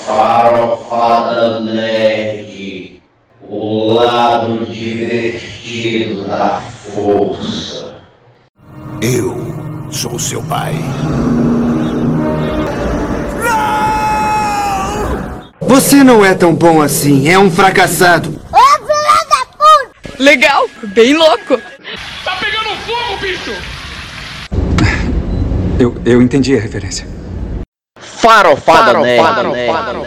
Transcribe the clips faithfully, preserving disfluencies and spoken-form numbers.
Farofada Nerd, o lado divertido da força. Eu sou seu pai. Não! Você não é tão bom assim, é um fracassado. Ô, filha da puta! Legal, bem louco. Tá pegando fogo, bicho! Eu, eu entendi a referência. Farofada Nerd.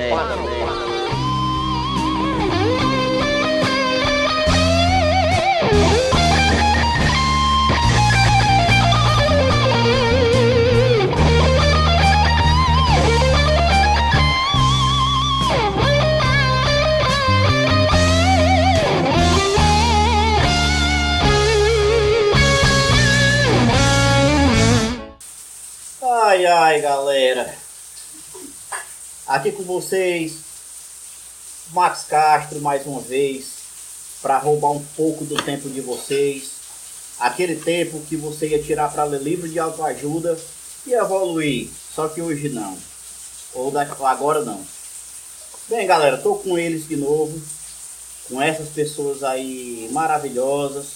Ai, ai, galera. Aqui com vocês, Max Castro, mais uma vez, para roubar um pouco do tempo de vocês. Aquele tempo que você ia tirar para ler livro de autoajuda e evoluir, só que hoje não. Ou agora não. Bem, galera, tô com eles de novo, com essas pessoas aí maravilhosas.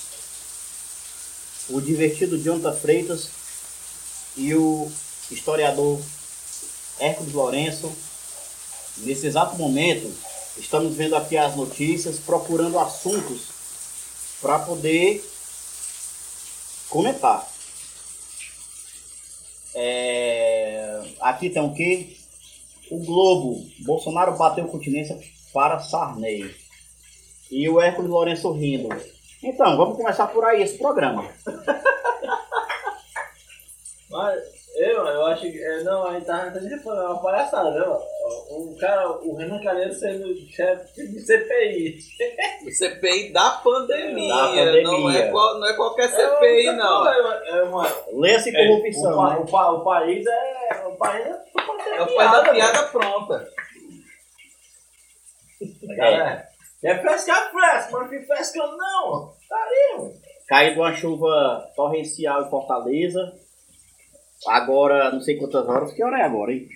O divertido Jonathan Freitas e o historiador Hércules Lourenço. Nesse exato momento, estamos vendo aqui as notícias, procurando assuntos para poder comentar. É... Aqui tem o quê? O Globo. Bolsonaro bateu continência para Sarney. E o Hércules Lourenço rindo. Então, vamos começar por aí esse programa. Mas eu, eu acho que. É, não, a gente tá falando uma palhaçada, né, mano? O cara, o Renan Calheiros sendo chefe de C P I. C P I da pandemia. Da pandemia. Não, é qual, não é qualquer C P I, é, não. É, é uma. Lê-se corrupção. É, o, pa, o, pa, o país é. O país é. É o país da piada pronta. Galera, é frescar fresca, mas não fica frescando, não. Tá aí, mano. Caiu uma chuva torrencial em Fortaleza. Agora, não sei quantas horas. Que hora é agora, hein?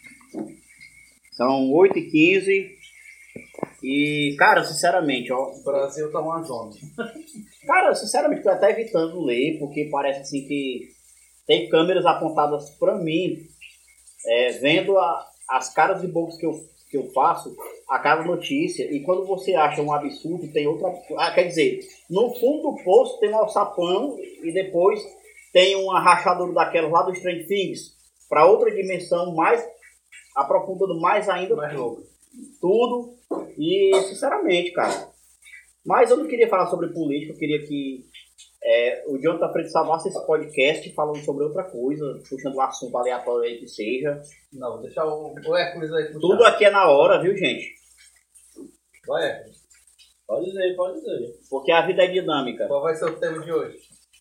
São oito e quinze. E, cara, sinceramente, ó. O Brasil tá uma zona. Cara, sinceramente, tô até evitando ler, porque parece assim que tem câmeras apontadas pra mim, é, vendo a, as caras e bocas que eu, que eu faço a cada notícia. E quando você acha um absurdo, tem outra. Ah, quer dizer, no fundo do poço tem um alçapão e depois tem uma rachadura daquelas lá do Stranger Things para outra dimensão, mais aprofundando mais ainda mais louco. Tudo. E sinceramente, cara, mas eu não queria falar sobre política, eu queria que é, o Jonathan Freitas salvasse esse podcast falando sobre outra coisa, puxando um assunto aleatório aí que seja. Não, vou deixar o, o Hércules aí puxar. Tudo aqui é na hora, viu, gente? Vai, Hércules. Pode dizer, pode dizer. Porque a vida é dinâmica. Qual vai ser o tema de hoje?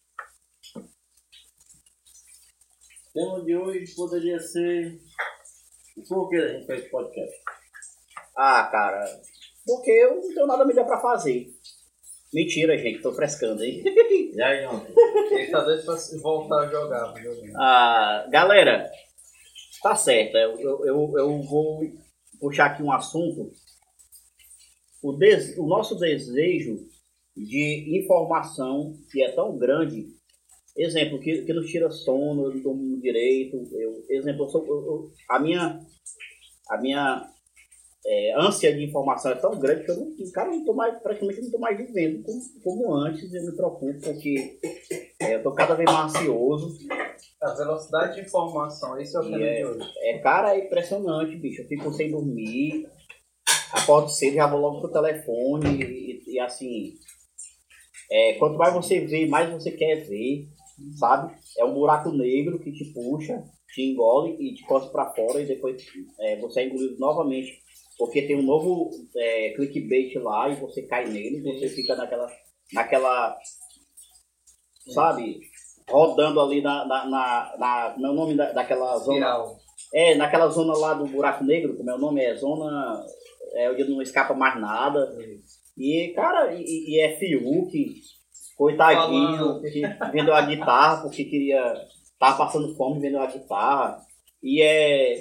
O tema de hoje poderia ser... Por que a gente fez podcast? Ah, cara, porque eu não tenho nada melhor pra fazer. Mentira, gente, tô frescando, hein? E aí, ontem? Ele tá doido pra voltar a jogar. Ah, galera, tá certo, eu, eu, eu, eu vou puxar aqui um assunto. O, des, o nosso desejo de informação, que é tão grande, exemplo, que, que nos tira sono, eu não durmo direito, eu, exemplo, eu sou, eu, eu, a minha, a minha é, ânsia de informação é tão grande que eu não, cara, eu não tô mais, praticamente não estou mais vivendo como, como antes. Eu me preocupo porque é, eu estou cada vez mais ansioso. A velocidade de informação, isso é o tema é, de hoje. É, cara, é impressionante, bicho, eu fico sem dormir, acordo cedo, já vou logo pro telefone e, e, e assim, é, quanto mais você vê, mais você quer ver, sabe? É um buraco negro que te puxa, te engole e te cospe pra fora e depois é, você é engolido novamente, porque tem um novo é, clickbait lá e você cai nele e você fica naquela, naquela, sabe, rodando ali na, na, na, na meu nome da, daquela Espiral. Zona, é, naquela zona lá do buraco negro, como é o nome, é zona, é onde não escapa mais nada. E, cara, e, e é Fiuk, coitadinho, que vendeu a guitarra porque queria, tava passando fome, vendeu a guitarra. E é,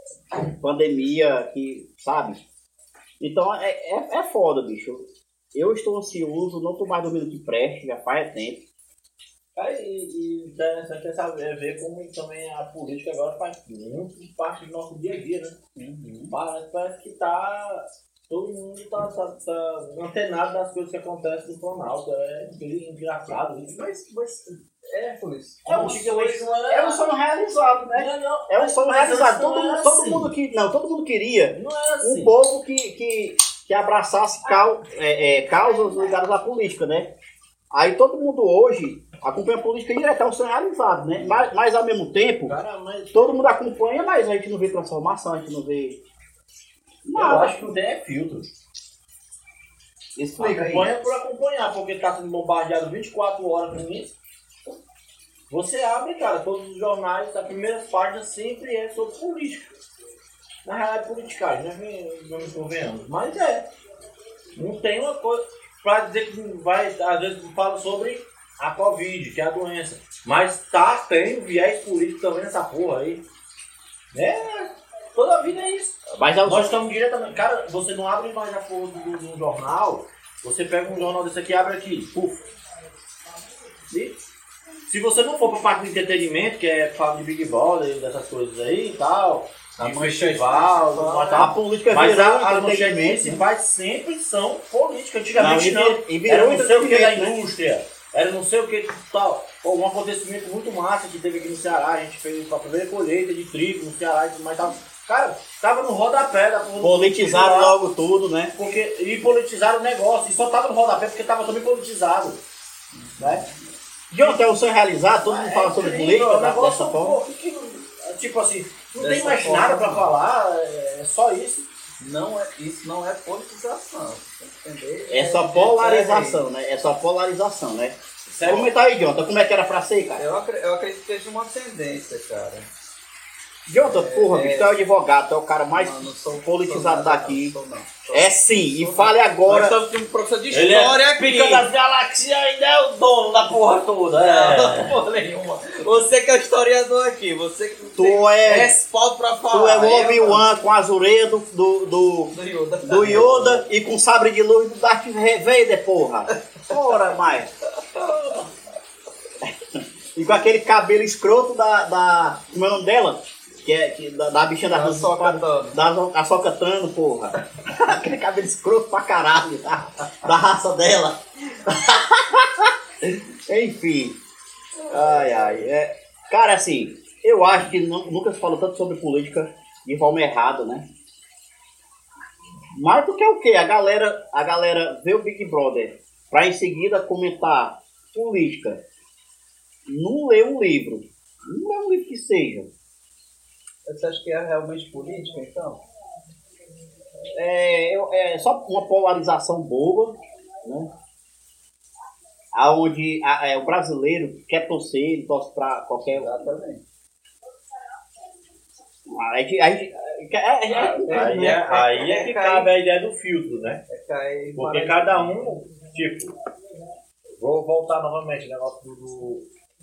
pandemia, que, sabe? Então é, é, é foda, bicho. Eu estou ansioso, não tô mais dormindo que preste, já faz tempo. Cara, e, e interessante é saber ver como também a política agora faz muito parte do nosso dia a dia, né? Uhum. Parece, parece que tá. Todo mundo tá, tá, tá antenado das coisas que acontecem no Planalto. É engraçado isso. Mas, mas é, por isso. É um, é um sonho realizado, né? Não, não, é um sonho realizado. Todo, não mundo, todo assim. mundo que. Não, todo mundo queria não é assim. um povo que, que, que abraçasse cal, é, é, causas ligadas à política, né? Aí todo mundo hoje acompanha a política direta, é um sonho realizado, né? Mas, mas ao mesmo tempo, Cara, mas... todo mundo acompanha, mas a gente não vê transformação, a gente não vê. Eu acho que não tem é filtro. Explica aí. Acompanha por acompanhar, porque tá sendo bombardeado vinte e quatro horas com isso. Você abre, cara, todos os jornais, a primeira página sempre é sobre política. Na realidade, politicagem, né? Não me convenhamos. Mas é. Não tem uma coisa pra dizer que vai, às vezes fala sobre a Covid, que é a doença. Mas tá, tem viés político também nessa porra aí. É. Toda a vida é isso. Mas é Nós estamos diretamente. Cara, você não abre mais a porra do, do, do jornal. Você pega um jornal desse aqui, abre aqui. Puf. E, se você não for pra parte do entretenimento, que é falar de Big Brother, dessas coisas aí e tal. A festival, a política mas virou a, as manchetes principais sempre são políticas. Antigamente não. não. E era não sei o que da né? indústria. Era não sei o que tal. Um acontecimento muito massa que teve aqui no Ceará. A gente fez a primeira colheita de trigo no Ceará e mais tal. Cara, tava no rodapé da porra. Politizaram logo tudo, né? Porque, e politizaram o negócio. E só tava no rodapé porque tava também politizado. Né? De ontem é um sonho realizado, todo mundo fala é, sobre política, o negócio, dessa forma. Pô, que, que, tipo assim, não dessa tem mais forma, nada pra falar, é só isso. Não é, isso não é politização. Entender? É só polarização, né? É só polarização, né? Sério? Comenta aí, Jonathan, como é que era pra ser, cara? Eu, acredito, eu acredito que seja uma tendência, cara. Jonathan, porra, é, bicho, tu é o advogado, tu é o cara mais não, não sou, politizado sou daqui. Não, não, sou, é sim, e fale agora. Nós estamos com um professor de história aqui. Pica das galáxias ainda é o dono da porra toda. É. Não, porra nenhuma. Você que é o historiador aqui, você que tu tem é, respaldo pra falar. Tu é o Obi-Wan com a azureia do, do, do, do, Yoda. do Yoda e com sabre de luz do Darth Vader, porra. Ora, mais. E com aquele cabelo escroto da, da... Como é o nome dela? Que é que, da, da bichinha da Sokatano. Da Sokatano, porra. Aquele cabelo escroto pra caralho. Da, da raça dela. Enfim. Ai, ai. É, cara, assim, eu acho que não, nunca se falou tanto sobre política de forma errada, né? Mas tu quer o quê? A galera, a galera vê o Big Brother pra em seguida comentar política. Não lê um livro. Não lê um livro que seja. Você acha que é realmente política, então? É, é só uma polarização boba, né? Onde a, é, o brasileiro quer torcer, ele torce para qualquer... Exatamente. Aí, aí, é, é, é, aí, é, aí é que cabe a ideia do filtro, né? É porque cada um, tipo... Vou voltar novamente no negócio do, do,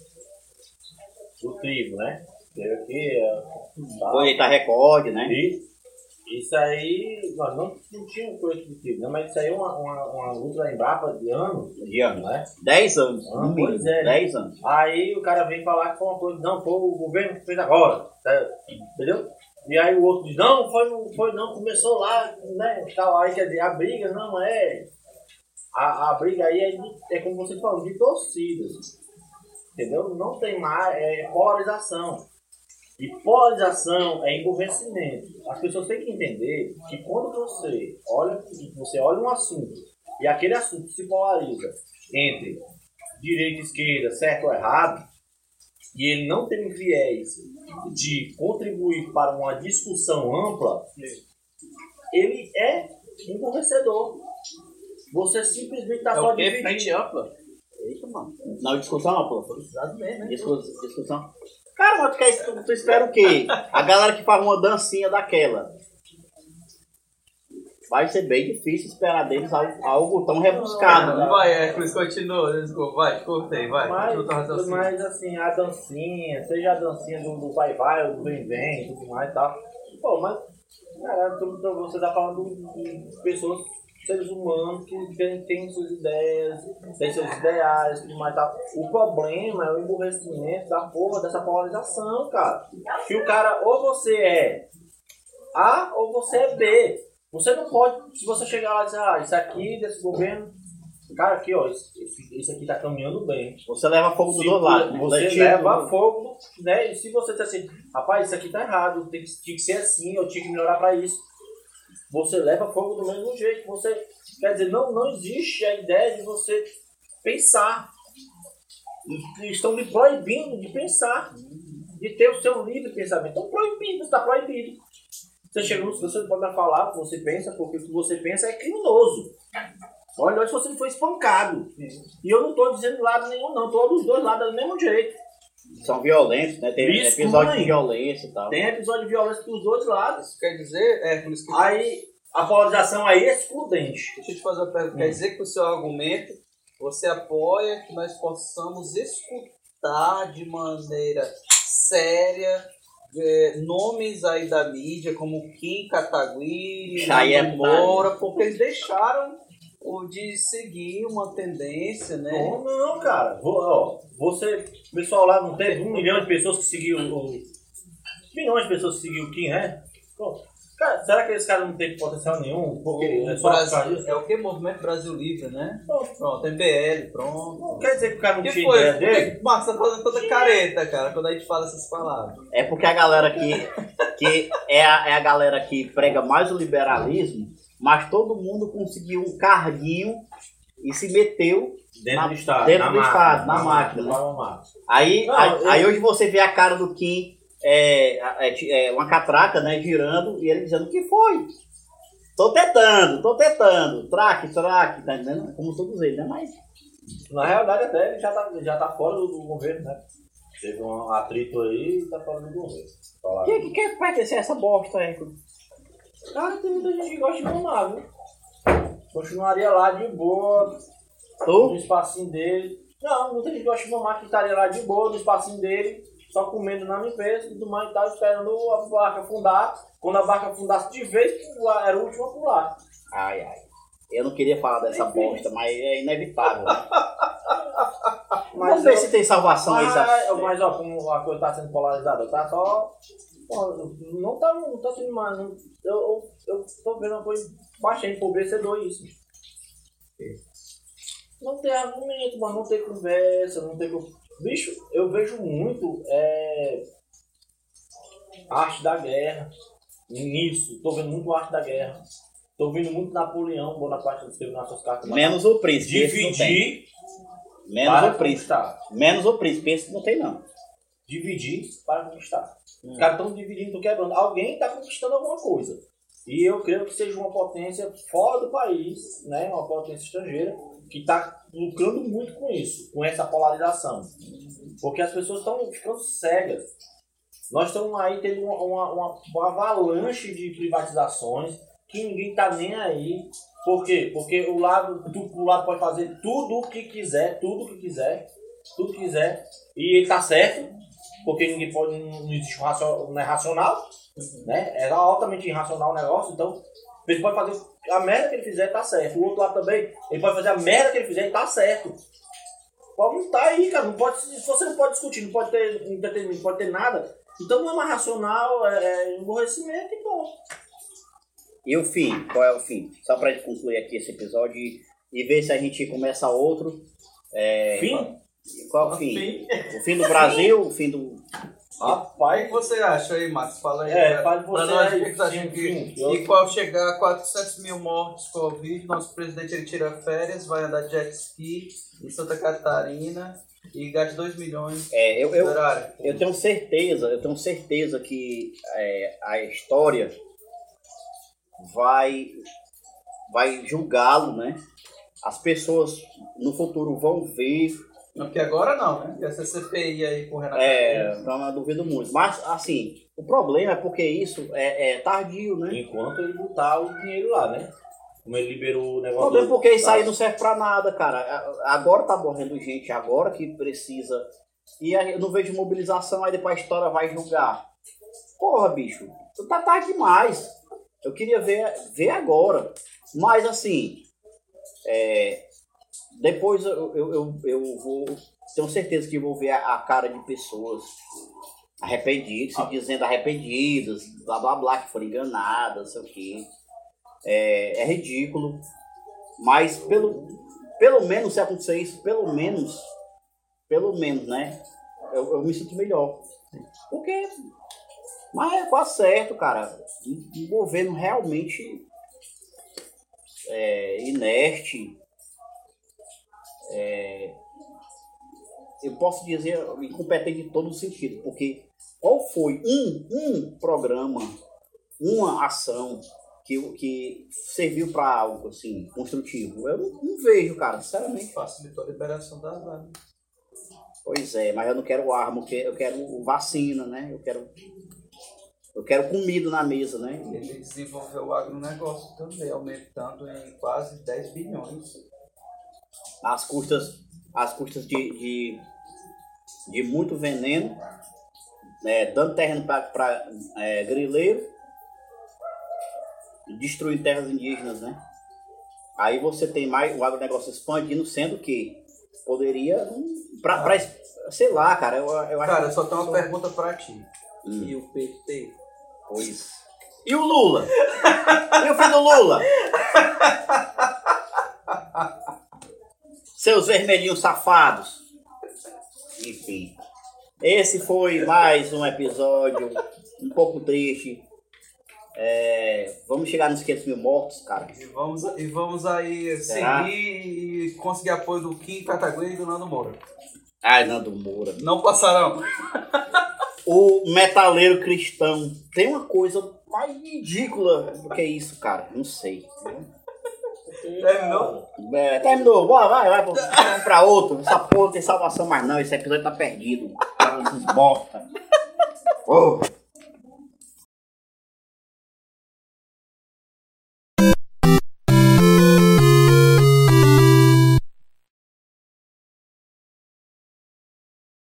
do trigo, né? Teve aqui, colheita recorde, né? Isso, isso aí, nós não, não tínhamos coisa de trigo, né? Mas isso aí é uma, uma, uma luta da Embrapa de anos. De anos, né? Dez anos. Ah, pois é. Dez anos. Aí o cara vem falar que foi uma coisa, não, foi o governo que fez agora, entendeu? E aí o outro diz, não, foi, foi não, começou lá, né? Tal, aí quer dizer, a briga não é. A, a briga aí é, de, é como você falou, de torcidas. Entendeu? Não tem mais, é polarização. E polarização é emburrecimento. As pessoas têm que entender que quando você olha, você olha um assunto e aquele assunto se polariza entre direita e esquerda, certo ou errado, e ele não tem viés de contribuir para uma discussão ampla, ele é emburrecedor. Você simplesmente está é só dividindo. Frente ampla? Eita, mano. Não, discussão ampla. Exato mesmo, né? Discussão. discussão. Cara, mas tu, quer, tu, tu espera o quê? A galera que faz uma dancinha daquela. Vai ser bem difícil esperar deles algo, algo tão rebuscado. Né? Vai, é, por isso continua, desculpa, vai, cortei, vai. Mas, mas assim, a dancinha, seja a dancinha do, do vai vai, ou do vem vem, tudo mais e tal. Pô, mas, caralho, você tá falando de pessoas, seres humanos que têm, têm suas ideias, têm seus ideais, tudo mais e tal. O problema é o emburrecimento da porra dessa polarização, cara. Que o cara, ou você é A ou você é B. Você não pode, se você chegar lá e dizer, ah, isso aqui desse governo, cara, aqui, ó, esse, esse aqui tá caminhando bem. Você leva fogo dos dois lados. Você Letivo, leva fogo, né? E se você disser assim, rapaz, isso aqui tá errado, tem que, tinha que ser assim, eu tinha que melhorar pra isso. Você leva fogo do mesmo jeito. Você, quer dizer, não, não existe a ideia de você pensar. E estão lhe proibindo de pensar, de ter o seu livre pensamento. Estão proibindo, está proibido. Você chega no você não pode mais falar o que você pensa, porque o que você pensa é criminoso. Olha, se você não foi espancado. E eu não estou dizendo lado nenhum, não. Estou dos dois lados do mesmo jeito. São violentos, né? Tem Isso, episódio mãe. de violência e tal. Tem episódio de violência dos dois lados. Isso quer dizer, é, por isso que... Aí, a polarização aí é excludente. Deixa eu te fazer uma pergunta. Quer dizer que o seu argumento, você apoia que nós possamos escutar de maneira séria é, nomes aí da mídia, como Kim Kataguiri, Nando Moura, porque eles deixaram de seguir uma tendência, né? Não, não, cara. Vou, ó, você, o pessoal lá não teve um milhão de pessoas que seguiu o... Milhões de pessoas que seguiu o Kim, né? Pô, cara, será que esse cara não tem potencial nenhum? Porque o é só Brasil, é o que? Movimento Brasil Livre, né? Pronto, pronto M B L, pronto. Não quer dizer que o cara não que tinha foi? ideia dele? Marcos, você tá fazendo toda careta, cara, quando a gente fala essas palavras. É porque a galera que, que é, a, é a galera que prega mais o liberalismo, mas todo mundo conseguiu um carguinho e se meteu Dentro na, do Estado, dentro na do máquina, Estado, na, na máquina. máquina, Né? na Aí, Não, aí, eu- aí hoje você vê a cara do Kim, é, é, é, uma catraca, né, girando, e ele dizendo, o que foi? Tô tentando, tô tentando, traque, traque, tá entendendo? Como todos eles, né? Mas Na realidade, até ele já tá, já tá fora do, do governo, né? Teve um atrito aí e tá fora do governo. Falar. quem que quer pertencer a essa bosta aí? Cara, tem muita gente que gosta de fumar, viu? Continuaria lá de boa, Tu? no espacinho dele. Não, muita gente que gosta de fumar que estaria lá de boa, no espacinho dele, só comendo na limpeza e tudo mais e tal, esperando a barca afundar. Quando a barca afundasse de vez, era o último a pular. Ai, ai. Eu não queria falar dessa bosta, mas é inevitável. Né? Vamos ver eu- se tem salvação aí. Mas, sabe? mas ó, como a coisa tá sendo polarizada, tá só. Pô, não tá, não tá sendo mais. Não, eu, eu, eu tô vendo uma coisa baixa, empobrecedor isso. Não tem argumento, mano, não tem conversa, não tem. Bicho, eu vejo muito é, arte da guerra nisso. Tô vendo muito arte da guerra. Tô vendo muito Napoleão, Bonaparte escrevendo nas suas cartas. Menos o príncipe. esse não tem. Dividir. Menos para o príncipe. conquistar. Menos o príncipe. Esse não tem, não. Dividir para conquistar. Hum. Os caras estão dividindo, estão quebrando. Alguém está conquistando alguma coisa. E eu creio que seja uma potência fora do país, né? Uma potência estrangeira, que está lucrando muito com isso, com essa polarização. Porque as pessoas estão ficando cegas. Nós estamos aí tendo uma, uma, uma, uma avalanche de privatizações que ninguém está nem aí. Por quê? Porque o lado, o lado pode fazer tudo o que quiser, tudo o que quiser, tudo que quiser, e ele está certo. Porque ninguém pode, não existe um racional, não é racional, né? É altamente irracional o negócio, então ele pode fazer a merda que ele fizer, tá certo. O outro lado também, ele pode fazer a merda que ele fizer e tá certo. Pode não tá aí, cara, não pode, se você não pode discutir, não pode ter entretenimento, não pode ter nada, então não é mais racional, é, é emborrecimento e bom. E o fim? Qual é o fim? Só pra gente concluir aqui esse episódio e, e ver se a gente começa outro. É, Fim? Qual é o fim? O fim do Brasil, o fim do... Rapaz, o que você acha aí, Max? Fala aí. É, pra, fale pra você nós aí, o que você acha sim, que... sim. E qual chegar a quatrocentos mil mortes Covid, nosso presidente ele tira férias, vai andar de jet ski em Santa Catarina e gasta dois milhões É, eu, eu, por horário. eu tenho certeza, eu tenho certeza que é, a história vai, vai julgá-lo, né? As pessoas no futuro vão ver. Não, porque agora não, né? Essa C P I aí com o Renato. É, então eu duvido muito. Mas, assim, o problema é porque isso é, é tardio, né? Enquanto ele botar o dinheiro lá, né? Como ele liberou o O negócio. problema é do- porque isso aí não serve pra nada, cara. Agora tá morrendo gente, agora que precisa. E aí eu não vejo mobilização, aí depois a história vai julgar. Porra, bicho. tá tarde demais. Eu queria ver, ver agora. Mas assim, é, depois eu, eu, eu, eu vou, tenho certeza que vou ver a, a cara de pessoas arrependidas, se dizendo arrependidas, blá blá blá, que foram enganadas, não sei o quê. É, é ridículo. Mas pelo, pelo menos, se acontecer isso, pelo menos, pelo menos, né? Eu, eu me sinto melhor. Porque, mas é quase certo, cara. Um governo realmente é, inerte. É, eu posso dizer incompetente em todo o sentido. Porque qual foi um, um programa, uma ação que, que serviu para algo assim, construtivo? Eu não, não vejo, cara, sinceramente. Facilitou a liberação das armas. Pois é, mas eu não quero arma, eu quero vacina, né? Eu quero, eu quero comida na mesa, né? Ele desenvolveu o agronegócio também, aumentando em quase dez bilhões. Às custas, às custas de, de, de muito veneno, né? Dando terreno para é, grileiro, destruindo terras indígenas, né? Aí você tem mais o agronegócio expandindo, sendo que poderia, pra, pra, sei lá, cara, eu, eu acho Cara, que... só tem uma só... pergunta pra ti. Hum. E o P T? Pois. E o Lula? E o filho do Lula? Seus vermelhinhos safados. Enfim. Esse foi mais um episódio um pouco triste. É, vamos chegar nos quinhentos mil mortos, cara. E vamos, e vamos aí Será? seguir e conseguir apoio do Kim Kataguiri e do Nando Moura. Ai, Nando Moura. Não passarão. O metaleiro cristão. Tem uma coisa mais ridícula do que isso, cara. Não sei. Terminou? É, terminou. Bora, vai, vai. Vamos pra outro. Essa porra não tem salvação mais não. Esse episódio tá perdido. Bosta. Oh.